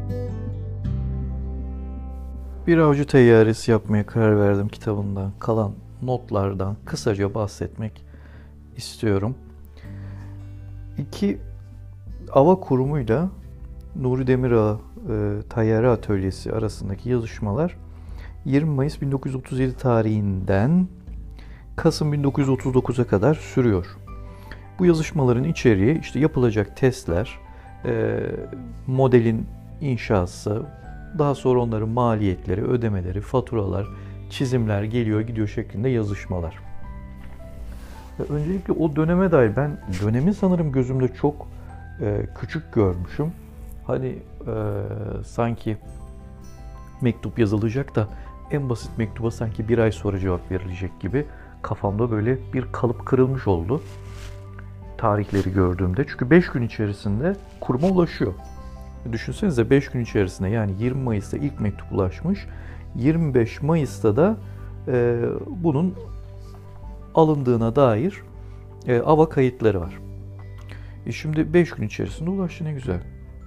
Bir avcı teyyaresi yapmaya karar verdim kitabından kalan notlardan kısaca bahsetmek istiyorum. İki Ava Kurumu'yla Nuri Demirağ Tayyare Atölyesi arasındaki yazışmalar 20 Mayıs 1937 tarihinden Kasım 1939'a kadar sürüyor. Bu yazışmaların içeriği işte yapılacak testler, modelin inşası, daha sonra onların maliyetleri, ödemeleri, faturalar, çizimler geliyor gidiyor şeklinde yazışmalar. Öncelikle o döneme dair ben dönemi sanırım gözümde çok küçük görmüşüm. Hani sanki mektup yazılacak da en basit mektuba sanki bir ay sonra cevap verilecek gibi kafamda böyle bir kalıp kırılmış oldu. Tarihleri gördüğümde. Çünkü 5 gün içerisinde kuruma ulaşıyor. Düşünsenize 5 gün içerisinde yani 20 Mayıs'ta ilk mektup ulaşmış. 25 Mayıs'ta da bunun alındığına dair AVA kayıtları var. Şimdi 5 gün içerisinde ulaştı, ne güzel.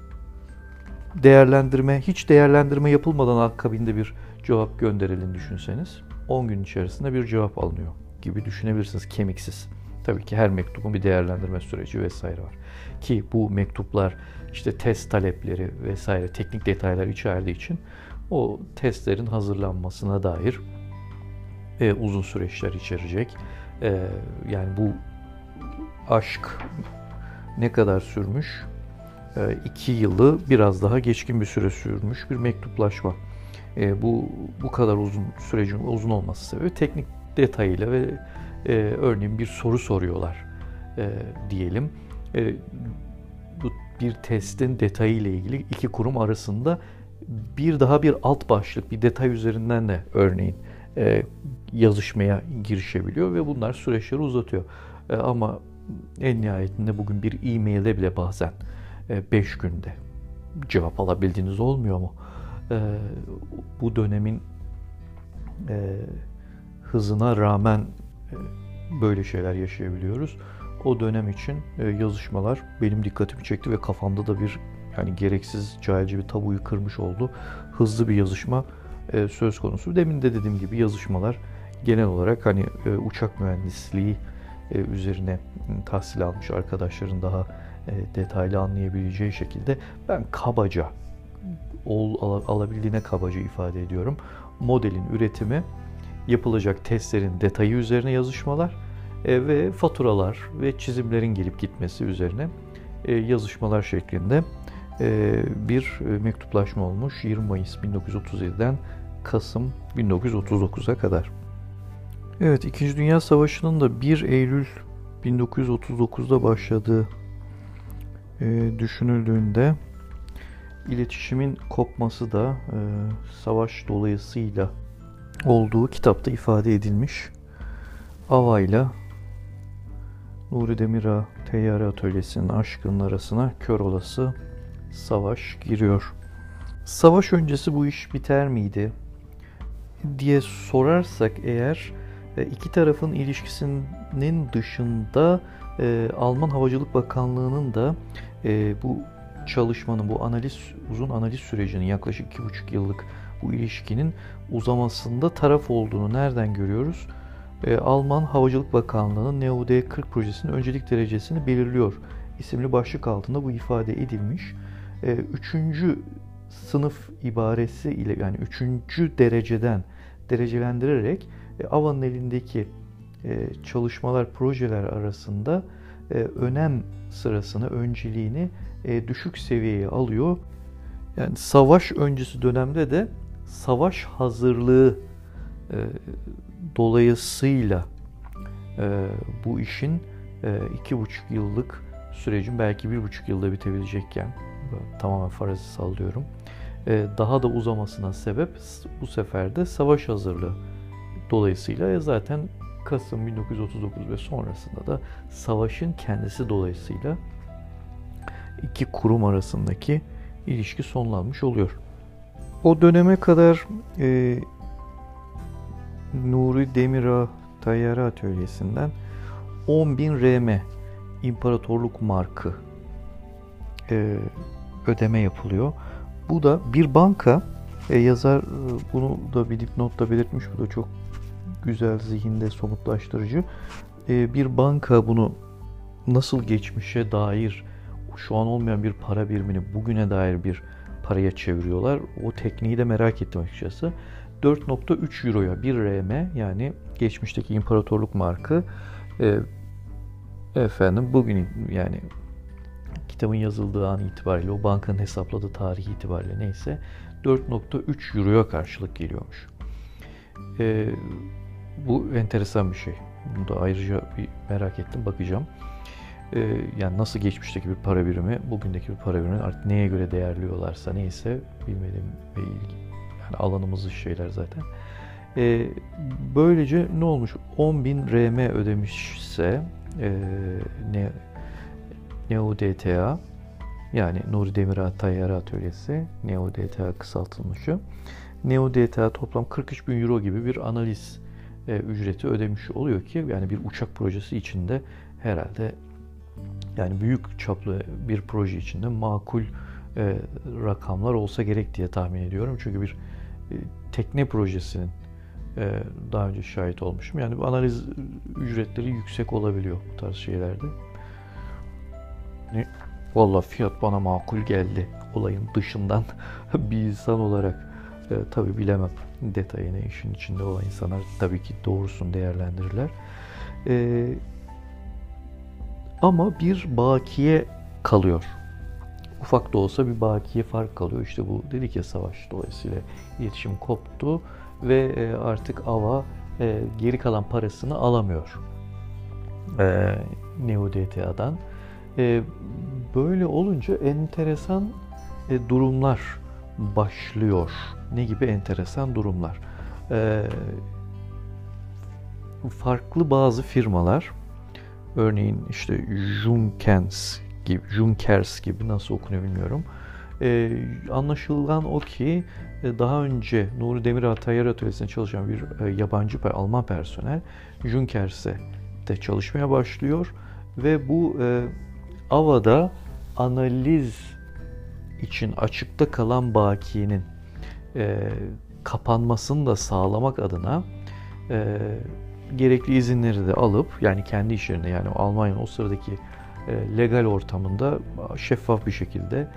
Hiç değerlendirme yapılmadan akabinde bir cevap gönderildiğini düşünseniz 10 gün içerisinde bir cevap alınıyor gibi düşünebilirsiniz, kemiksiz. Tabii ki her mektubun bir değerlendirme süreci vesaire var. Ki bu mektuplar işte test talepleri vesaire teknik detaylar içerdiği için o testlerin hazırlanmasına dair uzun süreçler içerecek. Yani bu aşk ne kadar sürmüş? 2 yılı biraz daha geçkin bir süre sürmüş bir mektuplaşma. Bu kadar sürecin uzun olması sebebi teknik detayıyla ve örneğin bir soru soruyorlar diyelim. Bu bir testin detayı ile ilgili iki kurum arasında bir alt başlık, bir detay üzerinden de örneğin yazışmaya girişebiliyor ve bunlar süreçleri uzatıyor. Ama en nihayetinde bugün bir e-mail'de bile bazen 5 günde cevap alabildiğiniz olmuyor mu? Bu dönemin hızına rağmen böyle şeyler yaşayabiliyoruz. O dönem için yazışmalar benim dikkatimi çekti ve kafamda da bir yani gereksiz cahilce bir tabuyu kırmış oldu. Hızlı bir yazışma söz konusu. Demin de dediğim gibi yazışmalar genel olarak hani uçak mühendisliği üzerine tahsil almış arkadaşların daha detaylı anlayabileceği şekilde ben kabaca alabildiğine kabaca ifade ediyorum. Modelin üretimi, yapılacak testlerin detayı üzerine yazışmalar ve faturalar ve çizimlerin gelip gitmesi üzerine yazışmalar şeklinde bir mektuplaşma olmuş 20 Mayıs 1937'den Kasım 1939'a kadar. Evet, İkinci Dünya Savaşı'nın da 1 Eylül 1939'da başladığı düşünüldüğünde iletişimin kopması da savaş dolayısıyla olduğu kitapta ifade edilmiş. Ava ile Nuri Demirağ Teyyare Atölyesi'nin aşkının arasına kör olası savaş giriyor. Savaş öncesi bu iş biter miydi diye sorarsak eğer iki tarafın ilişkisinin dışında Alman Havacılık Bakanlığı'nın da bu çalışmanın, bu uzun analiz sürecinin yaklaşık 2,5 yıllık bu ilişkinin uzamasında taraf olduğunu nereden görüyoruz? Alman Havacılık Bakanlığı'nın NeoD-40 projesinin öncelik derecesini belirliyor isimli başlık altında bu ifade edilmiş. Üçüncü sınıf ibaresi ile yani üçüncü dereceden derecelendirerek AVA'nın elindeki çalışmalar, projeler arasında önem sırasını, önceliğini düşük seviyeye alıyor. Yani savaş öncesi dönemde de savaş hazırlığı dolayısıyla bu işin 2,5 yıllık sürecin belki 1,5 yılda bitebilecekken, tamamen farazi sallıyorum, daha da uzamasına sebep bu sefer de savaş hazırlığı dolayısıyla zaten Kasım 1939 ve sonrasında da savaşın kendisi dolayısıyla iki kurum arasındaki ilişki sonlanmış oluyor. O döneme kadar Nuri Demirağ Tayyare Atölyesi'nden 10.000 RM İmparatorluk Markı ödeme yapılıyor. Bu da bir banka, yazar bunu da bir dipnotta belirtmiş, bu da çok güzel, zihinde somutlaştırıcı. Bir banka bunu nasıl geçmişe dair, şu an olmayan bir para birimini bugüne dair bir paraya çeviriyorlar. O tekniği de merak ettim açıkçası. 4.3 Euro'ya 1 RM, yani geçmişteki imparatorluk markı, bugün, yani kitabın yazıldığı an itibariyle, o bankanın hesapladığı tarih itibariyle neyse, 4.3 Euro'ya karşılık geliyormuş. Bu enteresan bir şey. Bunu da ayrıca bir merak ettim, bakacağım. Yani nasıl geçmişteki bir para birimi, bugündeki bir para birimi artık neye göre değerliyorlarsa, neyse, bilmediğim ve ilgi, yani alanımız şeyler zaten. Böylece ne olmuş? 10.000 RM ödemişse NeoDTA, yani Nuri Demirağ Tayyare Atölyesi, NeoDTA kısaltılmışı. NeoDTA toplam 43.000 Euro gibi bir analiz ücreti ödemiş oluyor ki, yani bir uçak projesi içinde herhalde, yani büyük çaplı bir proje içinde makul rakamlar olsa gerek diye tahmin ediyorum. Çünkü bir tekne projesinin daha önce şahit olmuşum. Yani bu analiz ücretleri yüksek olabiliyor bu tarz şeylerde. Vallahi fiyat bana makul geldi. Olayın dışından bir insan olarak tabii bilemem detayını, işin içinde olan insanlar tabii ki doğrusunu değerlendirirler. Ama bir bakiye kalıyor. Ufak da olsa bir bakiye fark kalıyor. İşte bu dedik ya, savaş dolayısıyla iletişim koptu ve artık AVA geri kalan parasını alamıyor NeoDTA'dan. Böyle olunca enteresan durumlar başlıyor. Ne gibi enteresan durumlar? Farklı bazı firmalar, örneğin işte Junkers gibi nasıl okunuyor bilmiyorum. Anlaşılan o ki daha önce Nuri Demirağ Tayyare Atölyesi'nde çalışan bir yabancı Alman personel Junkers'e de çalışmaya başlıyor ve bu AVA'da analiz için açıkta kalan bakiyenin kapanmasını da sağlamak adına gerekli izinleri de alıp, yani kendi işlerinde, yani Almanya'nın o sıradaki legal ortamında şeffaf bir şekilde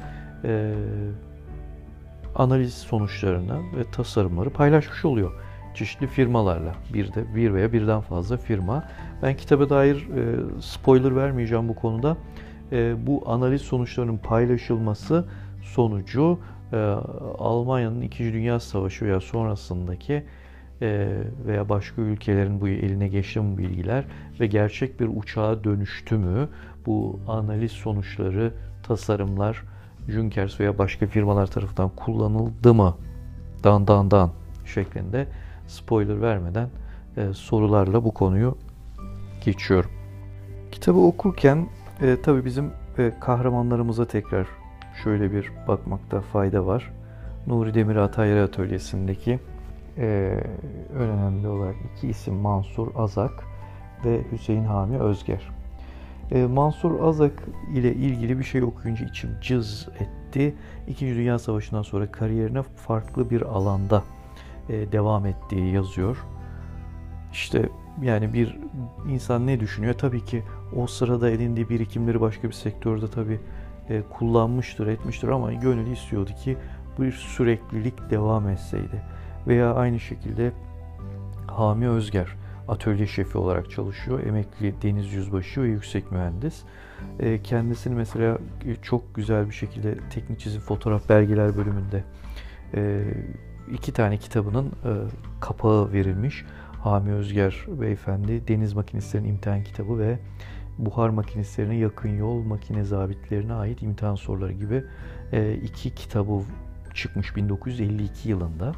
analiz sonuçlarını ve tasarımları paylaşmış oluyor çeşitli firmalarla. Bir veya birden fazla firma. Ben kitaba dair spoiler vermeyeceğim bu konuda. Bu analiz sonuçlarının paylaşılması sonucu Almanya'nın 2. Dünya Savaşı veya sonrasındaki veya başka ülkelerin bu eline geçti mi bilgiler ve gerçek bir uçağa dönüştü mü, bu analiz sonuçları, tasarımlar Junkers veya başka firmalar tarafından kullanıldı mı dan şeklinde spoiler vermeden sorularla bu konuyu geçiyorum. Kitabı okurken tabii bizim kahramanlarımıza tekrar şöyle bir bakmakta fayda var. Nuri Demirağ Tayyare Atölyesi'ndeki önemli olarak iki isim, Mansur Azak ve Hüseyin Hami Özger. Mansur Azak ile ilgili bir şey okuyunca içim cız etti. İkinci Dünya Savaşı'ndan sonra kariyerine farklı bir alanda devam ettiği yazıyor. İşte yani bir insan ne düşünüyor? Tabii ki o sırada edindiği birikimleri başka bir sektörde tabii kullanmıştır, etmiştir, ama gönül istiyordu ki bir süreklilik devam etseydi. Veya aynı şekilde Hami Özger atölye şefi olarak çalışıyor. Emekli deniz yüzbaşı ve yüksek mühendis. Kendisini mesela çok güzel bir şekilde teknik çizim, fotoğraf, belgeler bölümünde 2 tane kitabının kapağı verilmiş. Hami Özger beyefendi deniz makinistlerinin imtihan kitabı ve buhar makinistlerine, yakın yol makine zabitlerine ait imtihan soruları gibi 2 kitabı çıkmış 1952 yılında.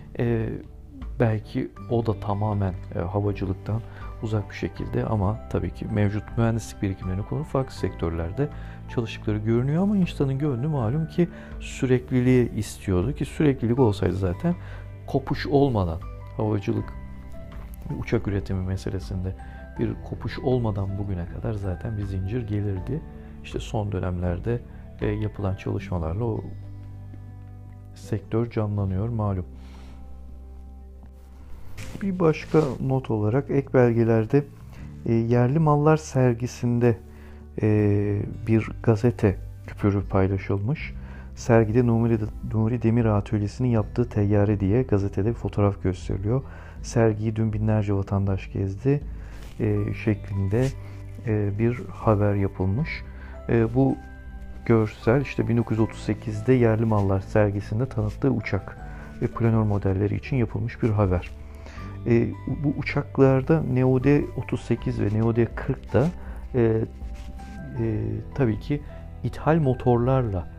Belki o da tamamen havacılıktan uzak bir şekilde, ama tabii ki mevcut mühendislik birikimlerine konu farklı sektörlerde çalıştıkları görünüyor, ama insanın gönlü malum ki sürekliliği istiyordu ki süreklilik olsaydı zaten kopuş olmadan havacılık, uçak üretimi meselesinde bir kopuş olmadan bugüne kadar zaten bir zincir gelirdi. İşte son dönemlerde yapılan çalışmalarla o sektör canlanıyor malum. Bir başka not olarak ek belgelerde yerli mallar sergisinde bir gazete küpürü paylaşılmış. Sergide Nuri Demirağ Atölyesi'nin yaptığı teyyare diye gazetede bir fotoğraf gösteriliyor. Sergiyi dün binlerce vatandaş gezdi şeklinde bir haber yapılmış. Bu görsel işte 1938'de yerli mallar sergisinde tanıttığı uçak ve planör modelleri için yapılmış bir haber. Bu uçaklarda NeoD 38 ve NeoD 40'da tabii ki ithal motorlarla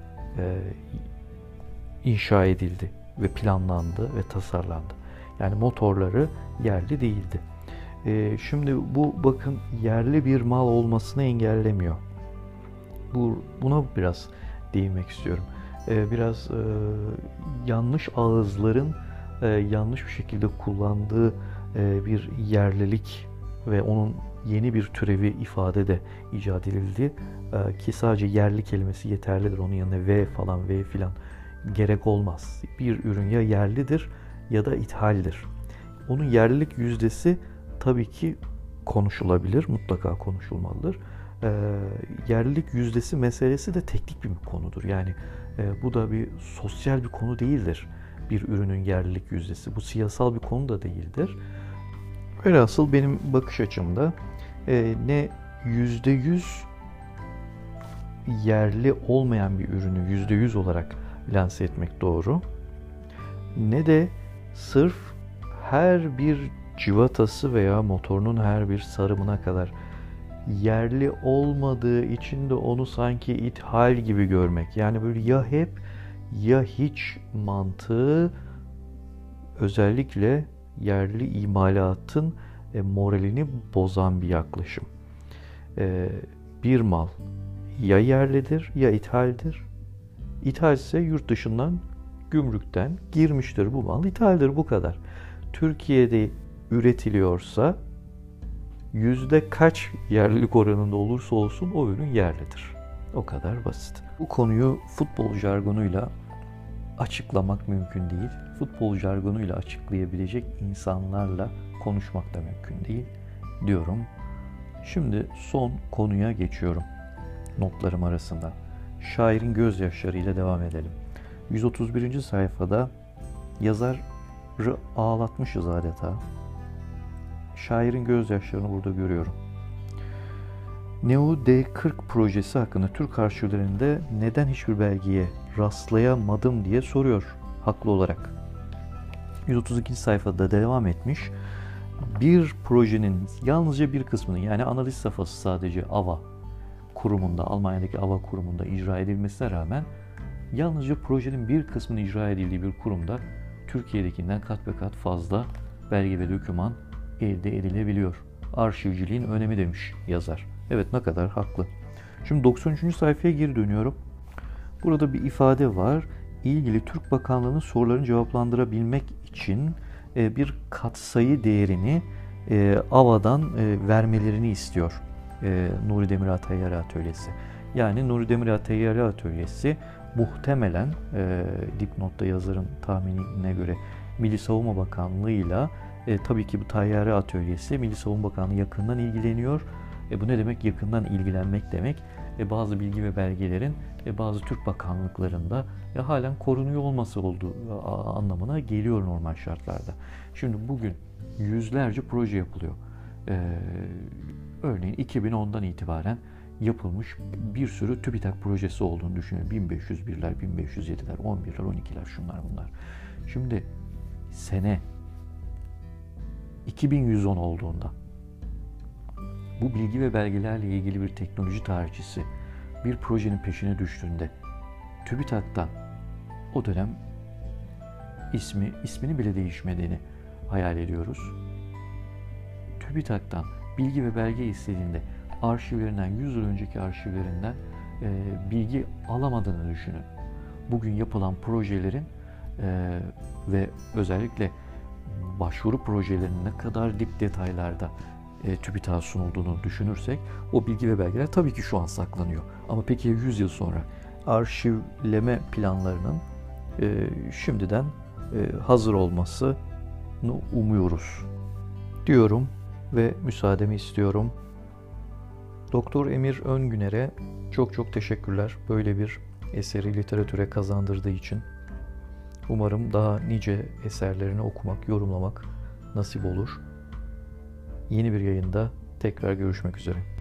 inşa edildi ve planlandı ve tasarlandı. Yani motorları yerli değildi. Şimdi bu bakın yerli bir mal olmasını engellemiyor. Buna biraz değinmek istiyorum. Biraz yanlış ağızların yanlış bir şekilde kullandığı bir yerlilik ve onun yeni bir türevi ifade de icat edildi. Ki sadece yerli kelimesi yeterlidir. Onun yanına V filan gerek olmaz. Bir ürün ya yerlidir ya da ithaldir. Onun yerlilik yüzdesi tabii ki konuşulabilir, mutlaka konuşulmalıdır. Yerlilik yüzdesi meselesi de teknik bir konudur. Yani bu da bir sosyal bir konu değildir. Bir ürünün yerlilik yüzdesi. Bu siyasal bir konu da değildir. Velhasıl benim bakış açımda ne %100 yerli olmayan bir ürünü %100 olarak lanse etmek doğru, ne de sırf her bir civatası veya motorunun her bir sarımına kadar yerli olmadığı için de onu sanki ithal gibi görmek. Yani böyle ya hep ya hiç mantığı özellikle yerli imalatın moralini bozan bir yaklaşım. Bir mal ya yerlidir ya ithaldir. İthal ise yurt dışından, gümrükten girmiştir bu mal, ithaldir, bu kadar. Türkiye'de üretiliyorsa yüzde kaç yerlilik oranında olursa olsun o ürün yerlidir. O kadar basit. Bu konuyu futbol jargonuyla açıklamak mümkün değil. Futbol jargonuyla açıklayabilecek insanlarla konuşmak da mümkün değil diyorum. Şimdi son konuya geçiyorum notlarım arasında. Şairin gözyaşlarıyla devam edelim. 131. sayfada yazarı ağlatmışız adeta. Şairin gözyaşlarını burada görüyorum. NeoD40 projesi hakkında Türk arşivlerinde neden hiçbir belgeye rastlayamadım diye soruyor haklı olarak. 132. sayfada devam etmiş. Bir projenin yalnızca bir kısmının, yani analiz safhası sadece AVA kurumunda, Almanya'daki AVA kurumunda icra edilmesine rağmen yalnızca projenin bir kısmının icra edildiği bir kurumda Türkiye'dekinden kat be kat fazla belge ve doküman elde edilebiliyor. Arşivciliğin önemi demiş yazar. Evet, ne kadar haklı. Şimdi 93. sayfaya geri dönüyorum. Burada bir ifade var. İlgili Türk Bakanlığı'nın sorularını cevaplandırabilmek için bir katsayı değerini AVA'dan vermelerini istiyor Nuri Demirağ Teyyare Atölyesi. Yani Nuri Demirağ Teyyare Atölyesi muhtemelen dipnotta yazarın tahminine göre Milli Savunma Bakanlığı'yla tabii ki bu Teyyare Atölyesi Milli Savunma Bakanlığı yakından ilgileniyor. Bu ne demek? Yakından ilgilenmek demek. Bazı bilgi ve belgelerin bazı Türk bakanlıklarında halen korunuyor olması olduğu anlamına geliyor normal şartlarda. Şimdi bugün yüzlerce proje yapılıyor. Örneğin 2010'dan itibaren yapılmış bir sürü TÜBİTAK projesi olduğunu düşünün. 1501'ler, 1507'ler, 11'ler, 12'ler, şunlar bunlar. Şimdi sene 2110 olduğunda bu bilgi ve belgelerle ilgili bir teknoloji tarihçisi bir projenin peşine düştüğünde TÜBİTAK'tan o dönem ismini bile değişmediğini hayal ediyoruz. TÜBİTAK'tan bilgi ve belge istediğinde arşivlerinden, 100 yıl önceki arşivlerinden bilgi alamadığını düşünün. Bugün yapılan projelerin ve özellikle başvuru projelerinin ne kadar dip detaylarda TÜBİTAK'a sunulduğunu düşünürsek o bilgi ve belgeler tabii ki şu an saklanıyor. Ama peki 100 yıl sonra arşivleme planlarının Şimdiden hazır olmasını umuyoruz diyorum ve müsaademi istiyorum. Doktor Emir Öngüner'e çok çok teşekkürler böyle bir eseri literatüre kazandırdığı için. Umarım daha nice eserlerini okumak, yorumlamak nasip olur. Yeni bir yayında tekrar görüşmek üzere.